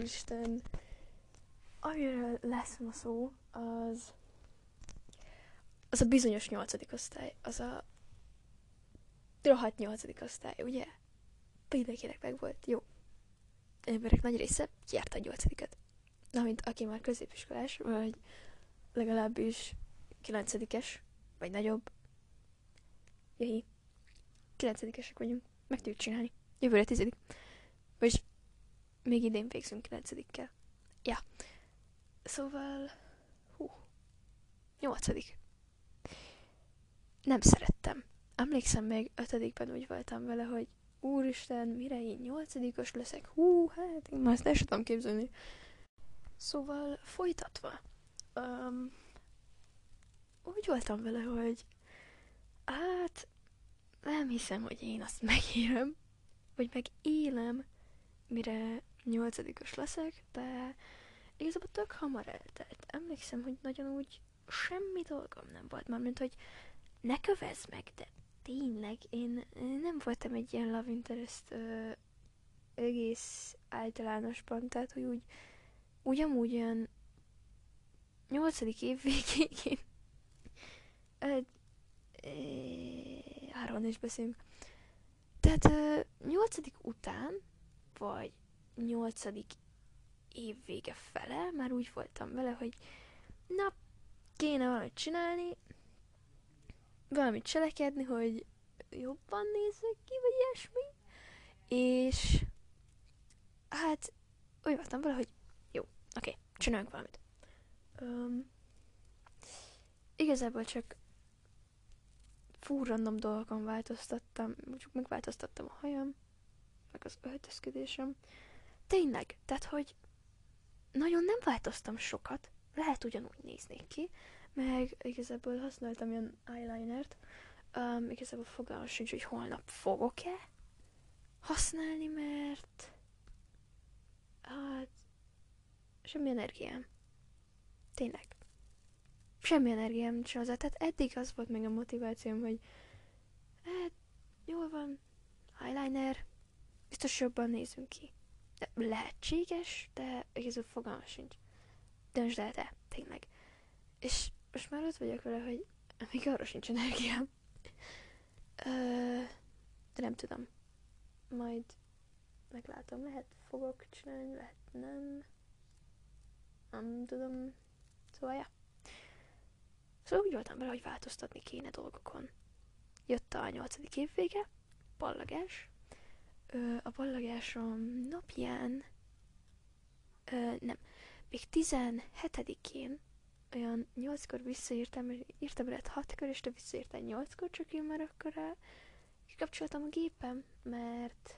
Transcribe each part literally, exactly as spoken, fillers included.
úristen, amiről lesz ma szó, az az a bizonyos nyolcadik osztály, az a rohadt nyolcadik osztály, ugye? Mindenkinek meg volt, jó. Emberek nagy része járta a nyolcadikat. Na, mint aki már középiskolás, vagy legalábbis kilencedikes, vagy nagyobb. Jöhi, kilencedikesek vagyunk, meg tudjuk csinálni. Jövőre tizedik. Vagy még idén végzünk kilencedikkel. Ja. Szóval, hú, nyolcadik. Nem szerettem. Emlékszem, még ötödikben úgy voltam vele, hogy úristen, mire én nyolcadikos leszek? Hú, hát én már ezt el sem tudom képzelni. Szóval folytatva. Um, úgy voltam vele, hogy hát nem hiszem, hogy én azt megérem, vagy megélem, mire nyolcadikos leszek, de igazából tök hamar eltelt. Emlékszem, hogy nagyon úgy semmi dolgom nem volt, mármint, hogy ne kövezd meg, de tényleg, én, én nem voltam egy ilyen love interest ö, egész általánosban, tehát, hogy úgy, úgy amúgy olyan nyolcadik év végén arról is beszélünk. Tehát ö, nyolcadik után, vagy nyolcadik év vége fele, már úgy voltam vele, hogy na, kéne valamit csinálni, valamit cselekedni, hogy jobban nézzek ki, vagy ilyesmi. És hát úgy voltam vele, hogy jó, oké, okay, csináljunk valamit. Um, igazából csak fú random dolgokon változtattam, csak megváltoztattam a hajam, meg az öltözködésem. Tényleg, tehát, hogy nagyon nem változtam sokat, lehet ugyanúgy néznék ki, meg igazából használtam ilyen eyelinert, um, igazából fogalmam sincs, hogy holnap fogok-e használni, mert hát semmi energiám. Tényleg. Semmi energiám nincs hozzá. Tehát eddig az volt még a motivációm, hogy hát jól van, eyeliner, biztos jobban nézünk ki. De lehetséges, de igazából fogalmam sincs. Döntsd el te, tényleg. És most már ott vagyok vele, hogy még arra sincs energiám. Ö, de nem tudom. Majd meglátom, lehet fogok csinálni, lehet nem. Nem tudom. Szóval, ja. Szóval úgy voltam vele, hogy változtatni kéne dolgokon. Jött a nyolcadik év vége, ballagás. Ö, a ballagásom napján, ö, nem, még tizenhetedikén olyan nyolckor visszaírtam, írtam rá hatkor, és te visszaírtál nyolckor, csak én már akkor el kikapcsoltam a gépem, mert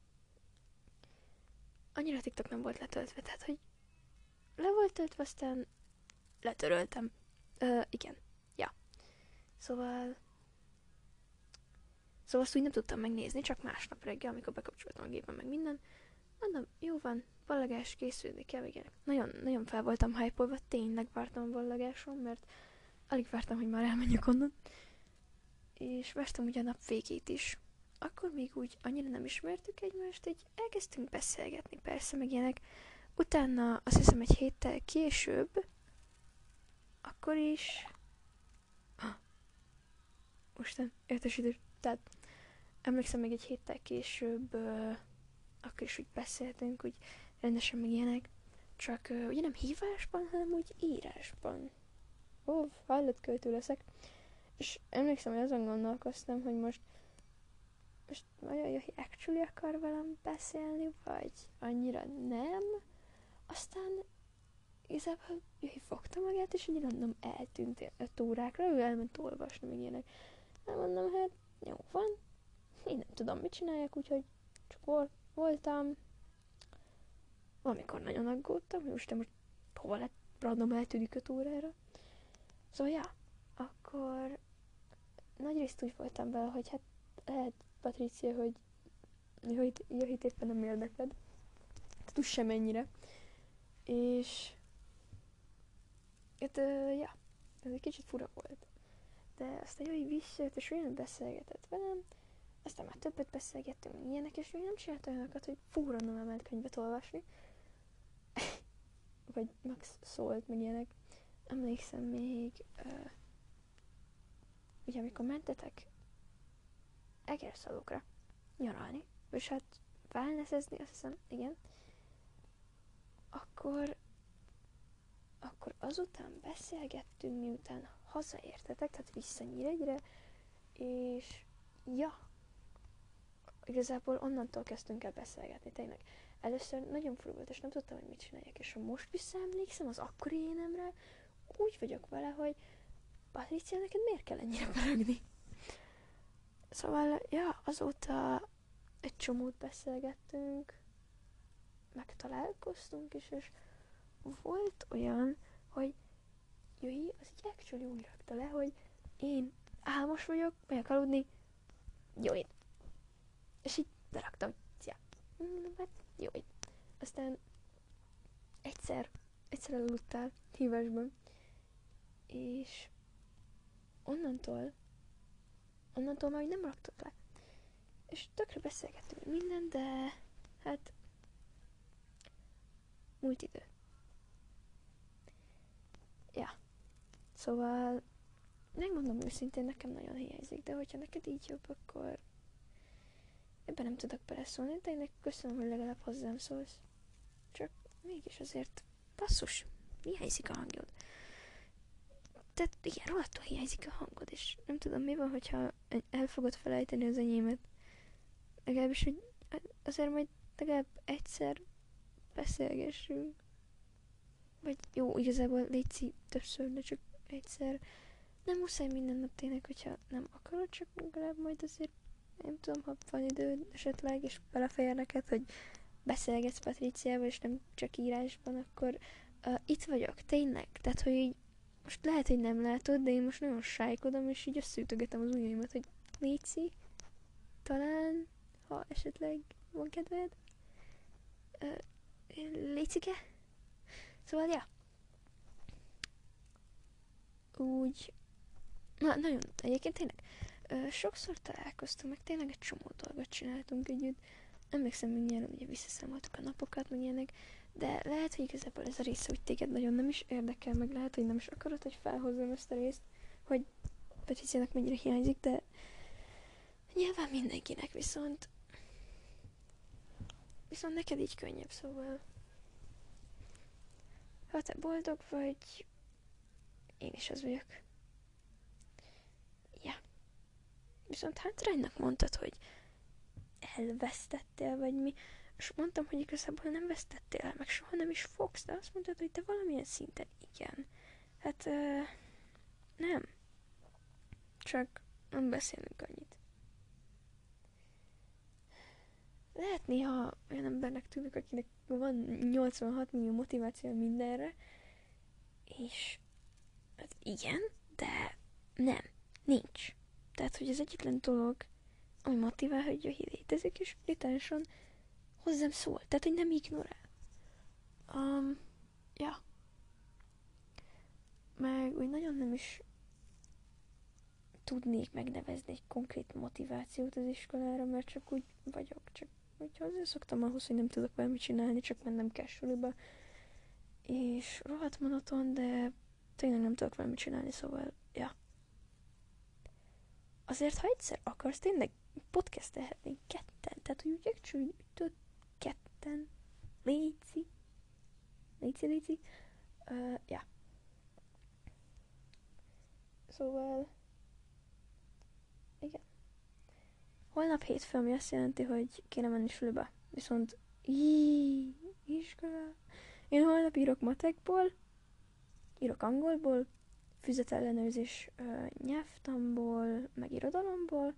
annyira TikTok nem volt letöltve, tehát hogy le volt töltve, aztán letöröltem. Ö, igen, ja. Szóval Szóval azt úgy nem tudtam megnézni, csak másnap reggel, amikor bekapcsoltam a gépem meg minden. Mondom, jó van, ballagás, készülni kell, igen. Nagyon, nagyon fel voltam hype-olva, tényleg vártam a ballagáson, mert alig vártam, hogy már elmenjek onnan. És vártam ugye a nap végét is. Akkor még úgy annyira nem ismertük egymást, így elkezdtünk beszélgetni, persze, meg ilyenek. Utána azt hiszem egy héttel később, akkor is... Mostan, értesítő, tehát emlékszem még egy héttel később, uh, akkor is úgy beszéltünk, úgy rendesen meg ilyenek, csak uh, ugye nem hívásban, hanem úgy írásban. Ó, hallott költő leszek. És emlékszem, hogy azon gondolkoztam, hogy most most vajon Johi actually akar velem beszélni, vagy annyira nem. Aztán igazából Johi fogta magát, és így random eltűnt öt órákra, ő elment olvasni, meg ilyenek. Nem mondom, hát jó van, én nem tudom, mit csináljak, úgyhogy csak vol- voltam. Valamikor nagyon aggódtam, hogy most, most hova lett, random eltűnik öt órára. Szóval, ja, akkor nagyrészt úgy voltam vele, hogy hát lehet, Patricia, hogy Johit, Johit éppen nem érdekled. Tehát úgy sem ennyire. És hát, uh, ja, ez egy kicsit fura volt. De aztán Johi visszajött, és olyan beszélgetett velem, aztán már többet beszélgettünk ilyenek, és ő nem csinált olyanokat, hogy fú, random emelt könyvet olvasni, vagy Max szólt, meg ilyenek. Emlékszem még, uh, ugye amikor mentetek Egerszalókra nyaralni, és hát wellnessezni, azt hiszem, igen, akkor, akkor azután beszélgettünk, miután hazaértetek, tehát vissza Nyíregyre, és ja, igazából onnantól kezdtünk el beszélgetni, tényleg. Először nagyon fura volt, és nem tudtam, hogy mit csináljak, és ha most visszaemlékszem az akkori énemre, úgy vagyok vele, hogy Patricia, neked miért kell ennyire pörögni? Szóval, ja, azóta egy csomót beszélgettünk, megtalálkoztunk is, és volt olyan, hogy Jöhi, az így actually úgy rakta le, hogy én álmos vagyok, megyek aludni, jó én. És így leraktam, hogy szia. Hát jó én. Aztán egyszer, egyszer elaludtál hívásban, és onnantól, onnantól már nem raktad le. És tökre beszélgettünk minden, de hát múlt idő. Ja. Szóval megmondom őszintén, nekem nagyon hiányzik, de hogyha neked így jobb, akkor ebben nem tudok beleszólni, de én köszönöm, hogy legalább hozzám szólsz. Csak mégis azért basszus, hiányzik a hangjod. Tehát igen, rohadtul hiányzik a hangod, és nem tudom mi van, hogyha el fogod felejteni az enyémet. Legalábbis, hogy azért majd legalább egyszer beszélgessünk. Vagy jó, igazából légy többször, de csak egyszer. Nem muszáj minden nap tényleg, hogyha nem akarod, csak legalább majd azért nem tudom, ha van időd esetleg, és belefér neked, hogy beszélgetsz Patriciával, és nem csak írásban, akkor uh, itt vagyok, tényleg. Tehát, hogy így most lehet, hogy nem látod, de én most nagyon sájkodom, és így összeütögetem az ujjaimat, hogy léci, talán, ha esetleg van kedved, uh, lécike. Szóval, ja. Úgy, na, nagyon, egyébként tényleg, uh, sokszor találkoztunk, meg tényleg egy csomó dolgot csináltunk együtt. Emlékszem, hogy nyáron ugye visszaszámoltuk a napokat, meg ilyenek, de lehet, hogy igazából ez a része, hogy téged nagyon nem is érdekel, meg lehet, hogy nem is akarod, hogy felhozzam ezt a részt, hogy Patriciának mennyire hiányzik, de nyilván mindenkinek, viszont viszont neked így könnyebb, szóval ha te boldog vagy, én is az vagyok. Ja. Viszont hátránynak mondtad, hogy elvesztettél, vagy mi, és mondtam, hogy igazából nem vesztettél el, meg soha nem is fogsz, de azt mondtad, hogy te valamilyen szinten igen. Hát uh, nem. Csak nem beszélünk annyit. Lehet néha olyan embernek tűnik, akinek van nyolcvanhat millió motiváció mindenre, és hát igen, de nem, nincs. Tehát, hogy az egyetlen dolog, ami motivál, hogy Jöhi létezik, és británisan hozzám szól. Tehát, hogy nem ignorál. Um, ja. Meg úgy nagyon nem is tudnék megnevezni egy konkrét motivációt az iskolára, mert csak úgy vagyok, csak úgy hozzászoktam ahhoz, hogy nem tudok valamit csinálni, csak mennem kell suliba. És rohadt monoton, de tényleg nem tudok valamit csinálni, szóval, ja. Azért, ha egyszer akarsz, tényleg podcastelhetnénk ketten. Tehát, hogy úgy actually tudod ketten. Léci. Léci, léci. Uh, ja. Szóval, igen. Holnap hétfő, ami azt jelenti, hogy kéne menni suliba. Viszont, íííí, iskola. Én holnap írok matekból, írok angolból, füzetellenőrzés uh, nyelvtanból, meg irodalomból,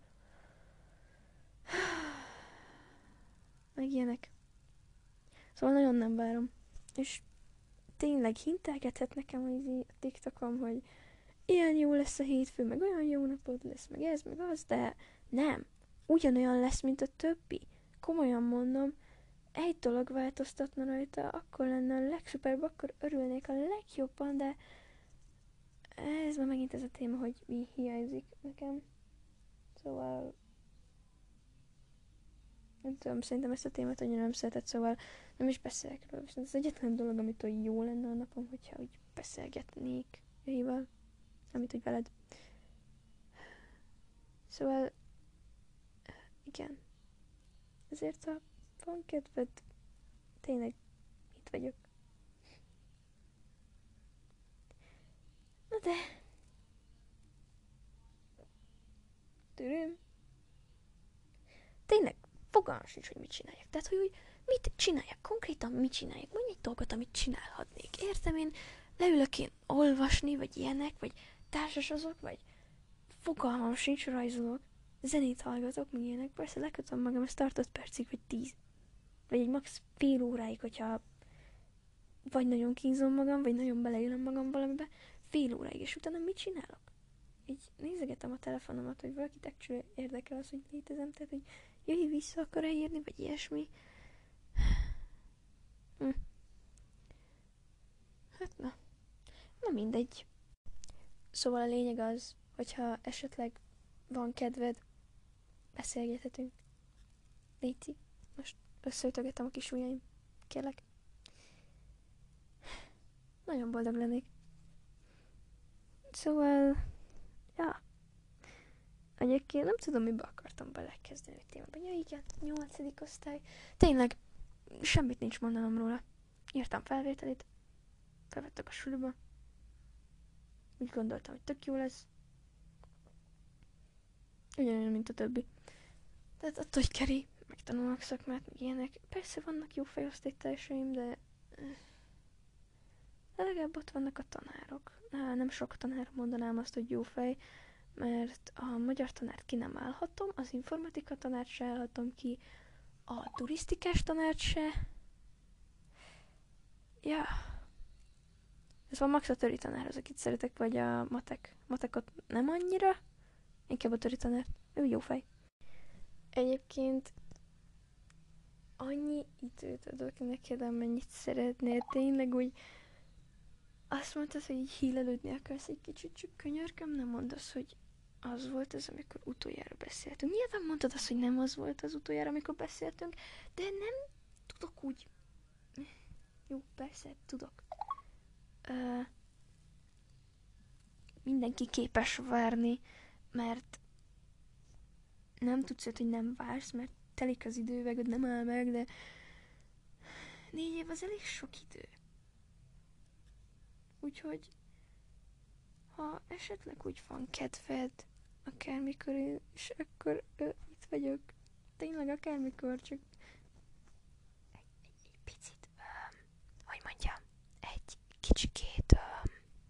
meg ilyenek. Szóval nagyon nem várom. És tényleg hintelgethet nekem a TikTokon, hogy ilyen jó lesz a hétfő, meg olyan jó napod lesz, meg ez, meg az, de nem. Ugyanolyan lesz, mint a többi. Komolyan mondom, egy dolog változtatna rajta, akkor lenne a legszuperbb, akkor örülnék a legjobban, de ez már megint ez a téma, hogy mi hiányzik nekem. Szóval Nem tudom, szerintem ezt a témát annyira nem szeretett, szóval nem is beszélek róla. Viszont az egyetlen dolog, amitől jó lenne a napom, hogyha úgy beszélgetnék Jaival, amit úgy veled. Szóval, igen. Ezért, ha van kedved, tényleg itt vagyok. Na de... Töröm. Tényleg, fogalmam sincs, hogy mit csináljak. Tehát, hogy úgy, mit csináljak? Konkrétan mit csináljak? Mondj egy dolgot, amit csinálhatnék. Értem, én leülök én olvasni, vagy ilyenek, vagy társasozok, vagy fogalmam sincs, rajzolok, zenét hallgatok, meg ilyenek. Persze lekötöm magam, ez tart öt percig, vagy tíz. Vagy egy max fél óráig, hogyha vagy nagyon kínzom magam, vagy nagyon beleélem magam valamibe, fél óráig, és utána mit csinálok? Így nézegetem a telefonomat, hogy valakit actually érdekel az, hogy létezem, tehát, hogy jöjj vissza akar-e írni, vagy ilyesmi. Hm. Hát na. Na mindegy. Szóval a lényeg az, hogyha esetleg van kedved, beszélgethetünk. Léci, most összeütögetem a kis ujjaim. Kérlek. Nagyon boldog lennék. Szóval, ja. Egyébként nem tudom, mibe akartam belekezdeni a témában. Ja, igen, nyolcadik osztály. Tényleg, semmit nincs mondanom róla. Írtam felvételit, felvettek a suliba. Úgy gondoltam, hogy tök jó lesz. Ugyanolyan, mint a többi. Tehát attól, hogy keri, megtanulnak szakmát, meg ilyenek. Persze vannak jó fejosztálytársaim, de... de legalább ott vannak a tanárok. Nem sok tanár mondanám azt, hogy jó fej, mert a magyar tanárt ki nem állhatom, az informatika tanárt se állhatom ki, a turisztikás tanárt se. Ja. Ez van max a töri tanár, az, akit szeretek, vagy a matek. Matekot nem annyira, inkább a töri tanár. Ő jó fej. Egyébként annyi időt adok neked, amennyit szeretnél. Tényleg úgy azt mondtad, hogy így hílelődni akarsz egy kicsit, csak könyörgöm, nem mondasz, hogy az volt az, amikor utoljára beszéltünk. Nyilván mondtad azt, hogy nem az volt az utoljára, amikor beszéltünk, de nem tudok úgy... Jó, persze, tudok. Uh, mindenki képes várni, mert nem tudsz olyat, hogy nem vársz, mert telik az idő, vagy nem áll meg, de négy év az elég sok idő. Úgyhogy ha esetleg úgy van kedved, akármikor, és akkor ö, itt vagyok. Tényleg akármikor, csak egy, egy, egy picit, um, hogy mondjam, egy kicsikét um,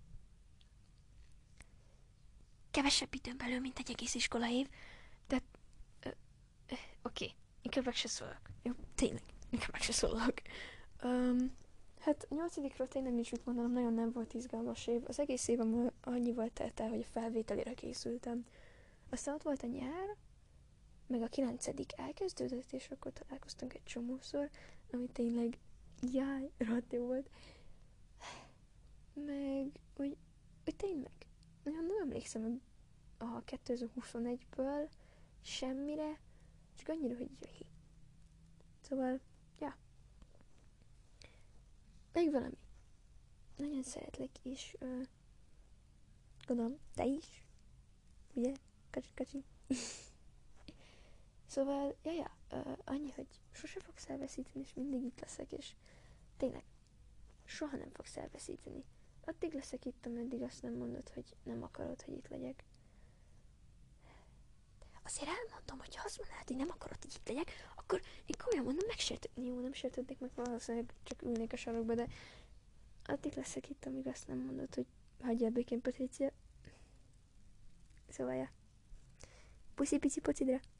kevesebb időn belül, mint egy egész iskola év, de uh, uh, oké, okay. Inkább meg se szólok. Jó, tényleg, inkább meg se szólok. Um, Hát a nyolcadikról tényleg nincs mit mondanom, nagyon nem volt izgalmas év. Az egész évem annyival telt el, hogy a felvételére készültem. Aztán ott volt a nyár, meg a kilencedik elkezdődött, és akkor találkoztunk egy csomószor, ami tényleg jaj, rohadt jó volt. Meg úgy, úgy tényleg, nagyon nem emlékszem a kétezer-huszonegyből semmire, csak annyira, hogy jöjj. Szóval, ja. Még valami. Nagyon szeretlek, és uh, gondolom, te is. Ugye? Kacsi, kacsi. Szóval, ja, ja, uh, annyi, hogy sose fogsz elveszíteni, és mindig itt leszek, és tényleg, soha nem fogsz elveszíteni. Addig leszek itt, ameddig azt nem mondod, hogy nem akarod, hogy itt legyek. Azért elmondom, hogy ha azt mondanád, hogy nem akarod, hogy itt legyek, akkor én komolyan mondom, megsértődni. Jó, nem sértődnék meg, valószínűleg csak ülnék a sarokba, de addig leszek itt, amíg azt nem mondod, hogy hagyjál békén, Patricia. Szóval, ja. Puszi, pici, pocidra.